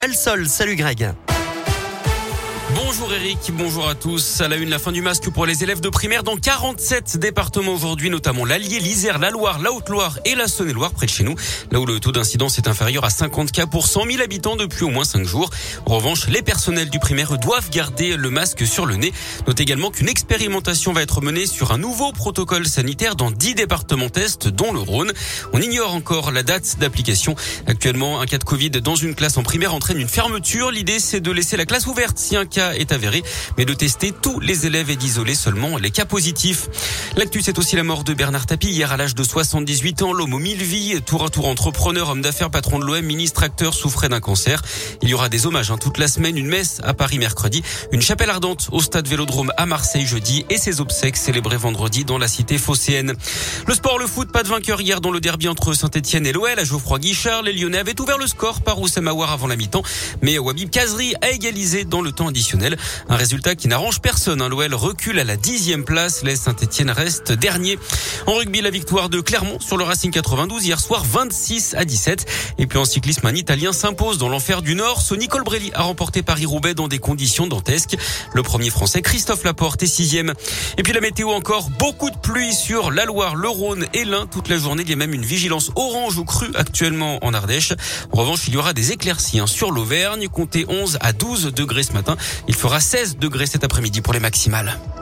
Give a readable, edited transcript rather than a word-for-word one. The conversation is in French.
El Sol, salut Greg. Bonjour Eric, bonjour à tous. À la une, la fin du masque pour les élèves de primaire dans 47 départements aujourd'hui, notamment l'Allier, l'Isère, la Loire, la Haute-Loire et la Saône-et-Loire près de chez nous, là où le taux d'incidence est inférieur à 50 cas pour 100 000 habitants depuis au moins 5 jours. En revanche, les personnels du primaire doivent garder le masque sur le nez. Notez également qu'une expérimentation va être menée sur un nouveau protocole sanitaire dans 10 départements tests, dont le Rhône. On ignore encore la date d'application. Actuellement, un cas de Covid dans une classe en primaire entraîne une fermeture. L'idée, c'est de laisser la classe ouverte si un cas est avéré, mais de tester tous les élèves et d'isoler seulement les cas positifs. L'actu, c'est aussi la mort de Bernard Tapie hier à l'âge de 78 ans. L'homme aux 1000 vies, tour à tour entrepreneur, homme d'affaires, patron de l'OM, ministre, acteur, souffrait d'un cancer. Il y aura des hommages toute la semaine, une messe à Paris mercredi, une chapelle ardente au stade Vélodrome à Marseille jeudi et ses obsèques célébrées vendredi dans la cité phocéenne. Le sport, le foot, pas de vainqueur hier dans le derby entre Saint-Etienne et l'OL à Geoffroy-Guichard. Les Lyonnais avaient ouvert le score par Oussem Aouar avant la mi-temps, mais Wahib Kazri a égalisé dans le temps additionnel. Un résultat qui n'arrange personne. L'OL recule à la 10e place. Les Saint-Etienne reste dernier. En rugby, la victoire de Clermont sur le Racing 92 hier soir 26-17. Et puis en cyclisme, un Italien s'impose dans l'enfer du Nord. Sonny Colbrelli a remporté Paris-Roubaix dans des conditions dantesques. Le premier Français, Christophe Laporte, est 6e. Et puis la météo encore, beaucoup de pluie sur la Loire, le Rhône et l'Ain toute la journée. Il y a même une vigilance orange ou crue actuellement en Ardèche. En revanche, il y aura des éclaircies sur l'Auvergne. Comptez 11 à 12 degrés ce matin. Il fera 16 degrés cet après-midi pour les maximales.